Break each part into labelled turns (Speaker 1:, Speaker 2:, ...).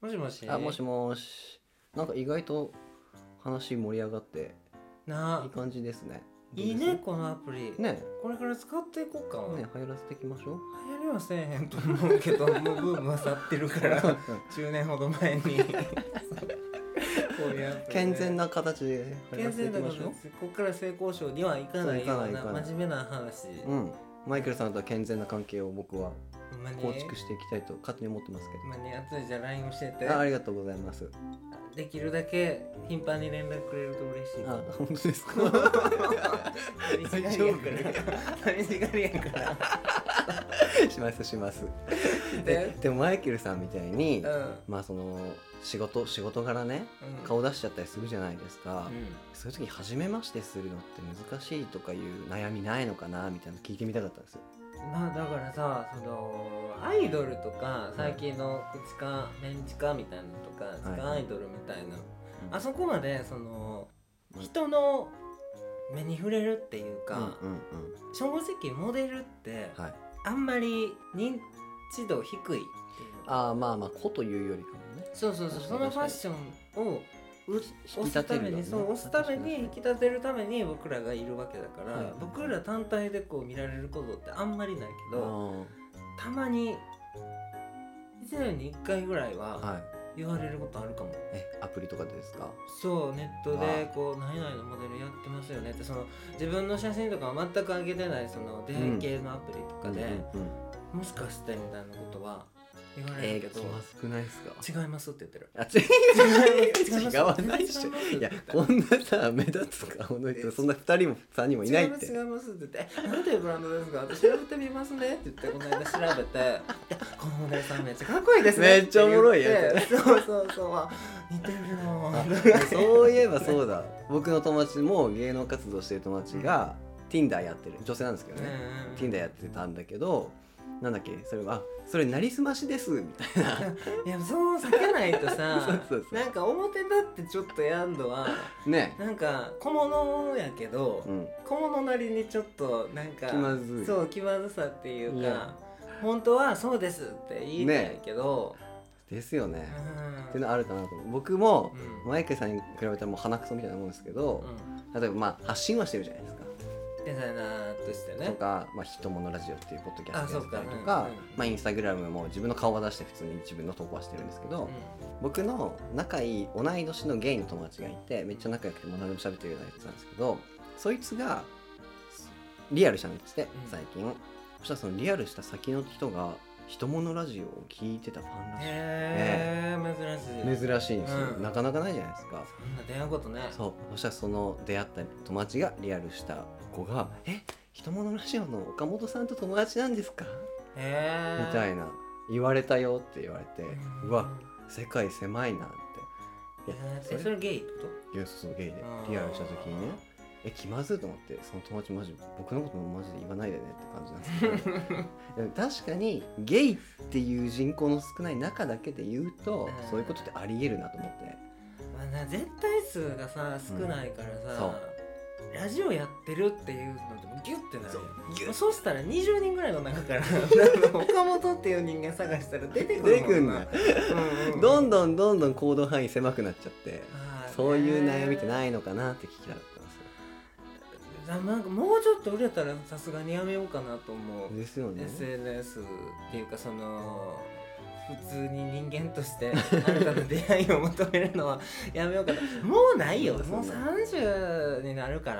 Speaker 1: もしもし。
Speaker 2: もしもし。なんか意外と話盛り上がっていい感じですね。
Speaker 1: いいねこのアプリ
Speaker 2: ね。
Speaker 1: これから使っていこうか
Speaker 2: ね、流行らせていきましょう。
Speaker 1: 流行りはせえへんと思うけどもうブームは去ってるから10年ほど前にこういうアプリ、
Speaker 2: 健全な形で流行らせていきましょう。
Speaker 1: ここから性交渉にはいかないような真面目な話。
Speaker 2: マイケルさんとは健全な関係を僕は構築していきたいと勝手に思ってますけど。
Speaker 1: 後でじゃあ LINE 教えて。
Speaker 2: ありがとうございます。
Speaker 1: できるだけ頻繁に連絡くれると嬉しい。
Speaker 2: 本当ですか。
Speaker 1: 寂しがりやから
Speaker 2: しますでもマイケルさんみたいに、その仕事柄ね、顔出しちゃったりするじゃないですか、そういう時に初めましてするのって難しいとかいう悩みないのかなみたいなの聞いてみたかったんですよ。
Speaker 1: だからさ、そのアイドルとか最近の口かメンチカみたいなのとか地下アイドルみたいな、あそこまでその人の目に触れるっていうか、正直モデルって、あんまり認知度低いっていう
Speaker 2: 子というよりかもね。
Speaker 1: そのファッションを押すために引き立てるために僕らがいるわけだから、僕ら単体でこう見られることってあんまりないけど、たまに1年に1回ぐらいは言われることあるかも。
Speaker 2: アプリとかでですか？そう、
Speaker 1: ネットでこう何々のモデルやってますよねって、その自分の写真とかは全く上げてないその出会い系のアプリとかで、もしかしてみたいなことは言われるけど、
Speaker 2: 気まずくないですか？
Speaker 1: 違いますって言ってる。
Speaker 2: 違わないっしょ。いや、こんなさ目立つ顔の人そんな2人も3人もいないって。
Speaker 1: 違いますって言って、なんていうブランドですか？私調べてみますねって言って、この間調べてこのモデルさんめっちゃかっこいいですね
Speaker 2: めっちゃおもろいやつ。
Speaker 1: そう似てるの。
Speaker 2: そういえばそうだ、僕の友達も芸能活動してる友達が Tinder やってる女性なんですけどね、Tinder やってたんだけど、なんだっけ、それなりすましですみたいな。
Speaker 1: いや、そう避けないとさそうなんか表立ってちょっとやんのはね、なんか小物やけど、小物なりにちょっとなんか気まずい、そう気まずさっていうか、本当はそうですって言いたいけど、
Speaker 2: ですよね、っていうのあるかなと思う。僕も、マイケルさんに比べたらもう鼻くそみたいなもんですけど、例えば発信はしてるじゃないですか、
Speaker 1: デザイナーとしてね、
Speaker 2: とか、ひとものラジオっていうポッドキャストやったりとか、インスタグラムも自分の顔は出して普通に自分の投稿はしてるんですけど、僕の仲いい同い年のゲイの友達がいて、めっちゃ仲良くてもう何でも喋ってるようなやつなんですけど、そいつがリアルしたんですって、最近。そしたらそのリアルした先の人がひとものラジオを聞いてたファンらしい。珍しいんですよ、なかなかないじゃないですか、
Speaker 1: そんな出会うことね。
Speaker 2: そしたらその出会った友達がリアルした子がひとものラジオの岡本さんと友達なんですかみたいな言われたよって言われて、うわ世界狭いなって。
Speaker 1: それゲイってこ
Speaker 2: と？いや、そうゲイでリアルした時にね、気まずいと思って、その友達マジ僕のこともマジで言わないでねって感じなんですけど確かにゲイっていう人口の少ない中だけで言うと、そういうことってありえるなと思って、
Speaker 1: 絶対数がさ少ないからさ、ラジオやってるっていうのでもギュッてなる。そうしたら20人ぐらいの中から岡本っていう人間探したら出てくるもんな。
Speaker 2: どんどん行動範囲狭くなっちゃって、そういう悩みってないのかなって聞きたかったんですよ。
Speaker 1: なんかもうちょっと売れたらさすがにやめようかなと思う。
Speaker 2: ですよね。
Speaker 1: SNS っていうか、その普通に人間として新たな出会いを求めるのはやめようかな。もうないよ、もう30になるから、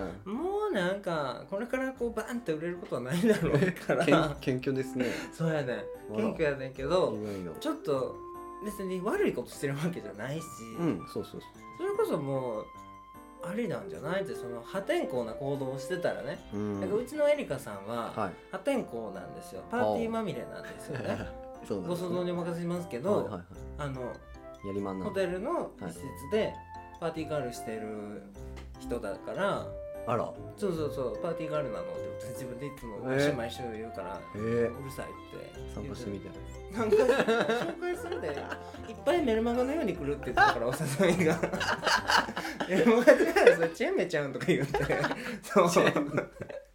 Speaker 1: もうなんかこれからこうバンって売れることはないだろうから
Speaker 2: 謙虚ですね。
Speaker 1: そうやね、謙虚やねんけど、ちょっと別に悪いことしてるわけじゃないし、それこそもうありなんじゃないって、その破天荒な行動をしてたらね、なんかうちのエリカさんは破天荒なんですよ、パーティーまみれなんですよねご想像にお任せしますけど、ホテルの一室でパーティーガールしてる人だから、そうパーティーガールなのって自分でいつも毎週言うから、うるさいって
Speaker 2: 参加してみたい
Speaker 1: なんか紹介するで、いっぱいメルマガのように来るって言ってたから、お誘いがメルマガじゃない、それチェンメちゃんとか言ってそう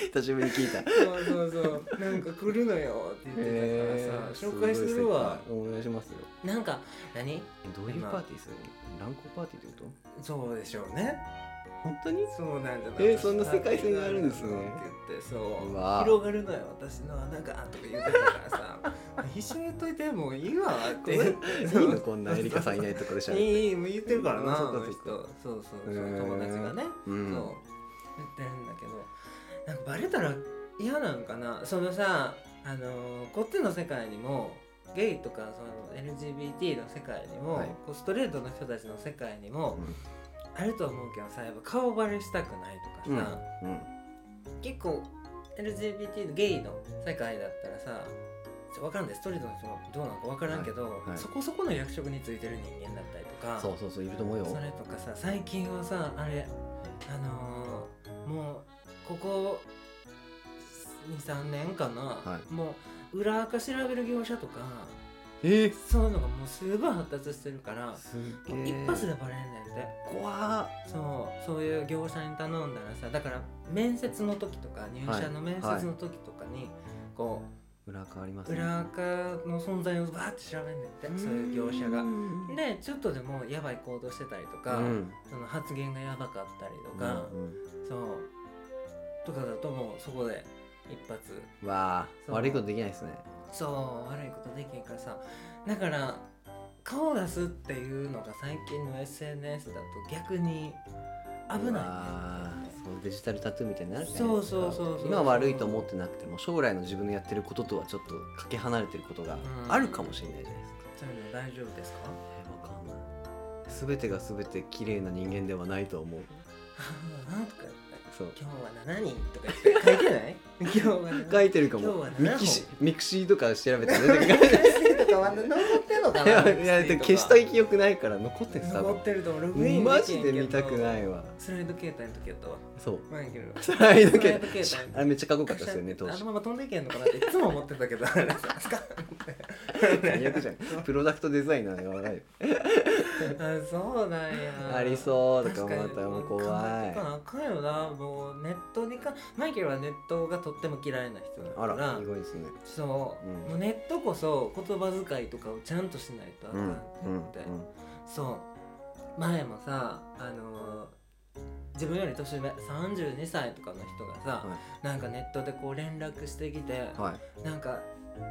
Speaker 2: 久しぶりに聞いた。
Speaker 1: そうなんか来るのよって言ってたからさ、紹介するわ。
Speaker 2: お願いしますよ。
Speaker 1: なんか何
Speaker 2: どういうパーティーするの？乱交パーティーってこと？
Speaker 1: そうでしょうね。
Speaker 2: 本当に？
Speaker 1: そうなんじゃない？
Speaker 2: そんな世界線があるんですね。
Speaker 1: って言って、そう広がるのよ私の穴がとか言ってたからさ、一緒に言っといてもういいわって言って。
Speaker 2: いいのこんなエリカさんいないとこでしゃべって。
Speaker 1: いいもう言ってるからな、あの人。そう友達がね、そう言ってるんだけど、なんかバレたら嫌なんかな。そのさ、こっちの世界にもゲイとかその LGBT の世界にも、こうストレートの人たちの世界にも、あると思うけどさ、やっぱ顔バレしたくないとかさ、結構 LGBT のゲイの世界だったらさ、分からんでストリートの人もどうなのか分からんけど、そこそこの役職についてる人間だったりとか、
Speaker 2: そういると思うよ。そ
Speaker 1: れとかさ、最近はさ、あれもうここ 2,3 年かな、もう裏垢調べる業者とか、そういうのがもうすごい発達してるから、一発でバレんねんて。
Speaker 2: 怖っ。
Speaker 1: そういう業者に頼んだらさ、だから面接の時とか入社の面接の時とかにこう、
Speaker 2: 裏垢ありますね。
Speaker 1: 裏垢の存在をバーって調べんねんて、そういう業者が。でちょっとでもやばい行動してたりとか、その発言がやばかったりとか、そうとかだともうそこで一発。
Speaker 2: わあ、悪いことできないですね。
Speaker 1: そう悪いことできへんからさ、だから顔出すっていうのが最近の SNS だと逆に危ないね。
Speaker 2: そうデジタルタトゥーみたいになるじゃ
Speaker 1: ないですか。そう
Speaker 2: 今は悪いと思ってなくても将来の自分のやってることとはちょっとかけ離れてることがあるかもしれないじゃないですか。
Speaker 1: そういうの大丈夫ですか？
Speaker 2: わかんない。全てが全て綺麗な人間ではないと思う。
Speaker 1: なんとか今日は7人とか言って書いてない？今日は
Speaker 2: 書いてるかも。ミクシーとか調べて出てく
Speaker 1: る。とかまだ残ってんのかな？
Speaker 2: いや消した記憶ないから残ってさ。
Speaker 1: 残ってるとログイン
Speaker 2: マジで見たくないわ。
Speaker 1: スライド携帯の時やったわ。
Speaker 2: そう。
Speaker 1: マイケル。
Speaker 2: スライド携帯。あれめっちゃかっこよかったですよね当時。
Speaker 1: あのまま飛んでいけんのかなっていつも思ってたけど、あれさ。
Speaker 2: 最悪じゃん。プロダクトデザイナーが笑い。
Speaker 1: そうなんや。
Speaker 2: ありそうとか思ったらもう怖い。
Speaker 1: あかんよな。もうネットにマイケルはネットがとっても嫌いな人だから。
Speaker 2: あら、意外ですね。
Speaker 1: そう、もうネットこそ言葉遣いとかをちゃんとしないとあかんって。そう前もさ、自分より年上32歳とかの人がさ、なんかネットでこう連絡してきて、なんか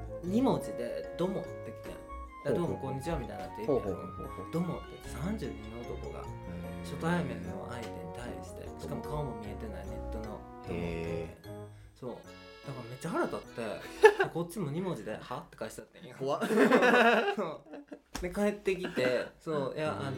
Speaker 1: 2文字で「どうも」ってきて。どうもこんにちはみたいなって言うけど、どうもって32の男が初対面の相手に対して、しかも顔も見えてないネットのそうだからめっちゃ腹立ってこっちも2文字で「は?」って返しちゃってんや。
Speaker 2: 怖っ。
Speaker 1: で帰ってきて、そういや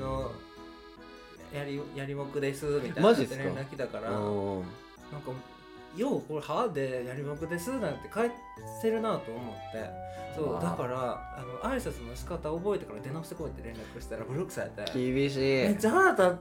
Speaker 1: やりもくですみたいな連絡来たから、なんかようこれ「は?」で「やりもくです」なんて返せるなと思って、そうだから挨拶の仕方覚えてから出直してこいって連絡したらブロックされて。
Speaker 2: 厳しい。
Speaker 1: めっちゃ腹立って、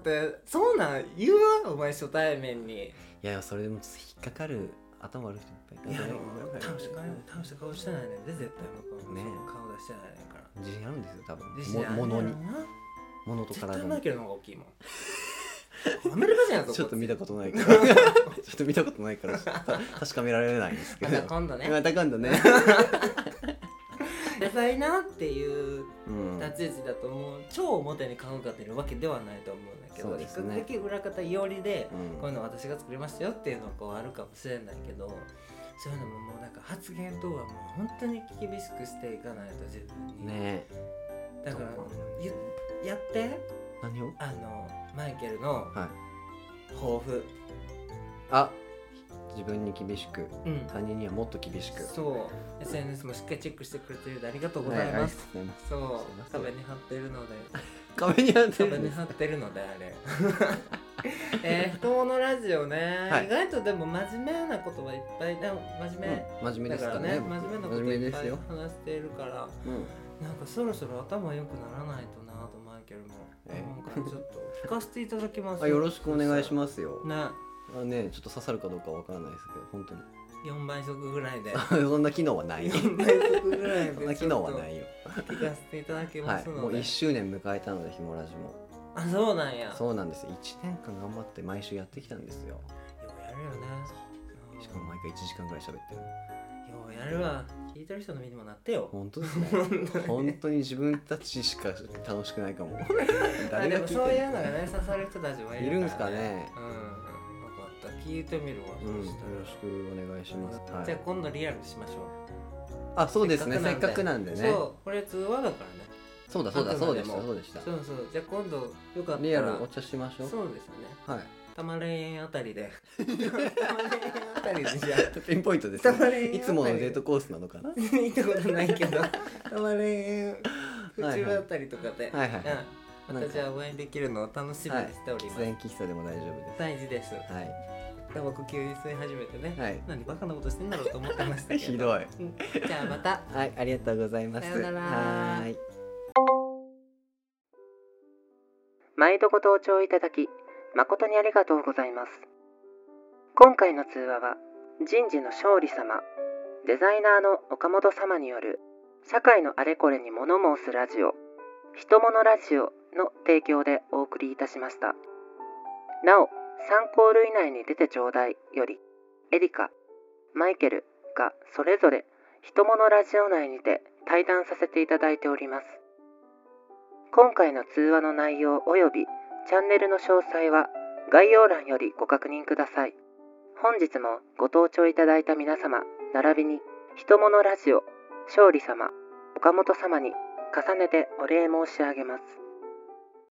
Speaker 1: そうなん言うわお前初対面に。
Speaker 2: いやそれでも引っかかる頭悪い人いっぱいいる。
Speaker 1: いや楽しい顔してないねんで絶対僕ね顔出してないねんから。
Speaker 2: 自信あるんですよ多分。物と体に。
Speaker 1: 絶対マイケルの方が大きいもん。アメリカ人やぞ。
Speaker 2: ちょっと見たことないからちょっと見たことないから確かめられないんですけど。
Speaker 1: また今度ね。
Speaker 2: また今度ね。
Speaker 1: ダサいなっていう立ち位置だともう超表に顔が出るわけではないと思うんだけど、比較的裏方寄りでこういうの私が作りましたよっていうのがこうあるかもしれないけど、そういうのももうなんか発言等はもう本当に厳しくしていかないと自分にね。だからやって
Speaker 2: 何を
Speaker 1: マイケルの抱負。
Speaker 2: 自分に厳しく、他人にはもっと厳しく。
Speaker 1: そう SNS もしっかりチェックしてくれてるでありがとうございます。そう壁に貼ってるので
Speaker 2: 壁に貼
Speaker 1: ってるのであれ友のラジオね、意外とでも真面目なことはいっぱい
Speaker 2: 真面目ですからね。
Speaker 1: 真面目なこといっぱい話しているから、なんかそろそろ頭良くならないとなとマイケルもなんかちょっと聞かせていただきます。
Speaker 2: よろしくお願いしますよ。
Speaker 1: ね
Speaker 2: ちょっと刺さるかどうかわからないですけど本当に
Speaker 1: 4倍速ぐらいで
Speaker 2: そんな機能はないよ。
Speaker 1: 4倍速ぐらいで
Speaker 2: そんな機能はないよ。
Speaker 1: 聞かせていただきますので、
Speaker 2: もう1周年迎えたのでひもラジも。
Speaker 1: そうなんや。
Speaker 2: そうなんです。1年間頑張って毎週やってきたんですよ。
Speaker 1: ようやるよね。
Speaker 2: しかも毎回1時間ぐらい喋ってる。
Speaker 1: ようやるわ。聞いてる人の身にもなってよ。
Speaker 2: 本当ですね。本当に自分たちしか楽しくないかも。
Speaker 1: 誰が聞いてる。でもそういうのがね刺さる人たちはいるからね。
Speaker 2: いるんですかね。
Speaker 1: 分かった。聞いてみるわ。よ
Speaker 2: ろしくお願いします。
Speaker 1: じゃあ今度リアルしましょう。
Speaker 2: あ、そうですね。せっかくなんでね。
Speaker 1: そう、これ通話だからね。
Speaker 2: そうでした。そうでした。
Speaker 1: そうじゃあ今度よかったら
Speaker 2: リアルお茶しましょう。
Speaker 1: そうですね。
Speaker 2: はい。
Speaker 1: たまれんあたりでじゃあ
Speaker 2: ピンポイントですね。いつものデートコースなのかな。
Speaker 1: 行ったことないけどたまれん府中あたりとかでまたじゃあお会いできるのを楽しみにしております。
Speaker 2: 喫煙喫茶でも大丈夫です。
Speaker 1: 大事です。はい。タバコ吸い吸い始めてね、はい、何バカなことしてんだろうと思ってましたけど
Speaker 2: ひどい。
Speaker 1: じゃあまた。
Speaker 2: はい、ありがとうございます。
Speaker 1: さよなら。
Speaker 2: はい。
Speaker 3: 毎度ご登聴いただき誠にありがとうございます。今回の通話は人事の勝利様、デザイナーの岡本様による社会のあれこれに物申すラジオ、人物ラジオの提供でお送りいたしました。なお、3コール以内に出てちょうだいより、エリカ、マイケルがそれぞれ人物ラジオ内にて対談させていただいております。今回の通話の内容及びチャンネルの詳細は概要欄よりご確認ください。本日もご登聴いただいた皆様、並びに人物ラジオ、勝利様、岡本様に重ねてお礼申し上げます。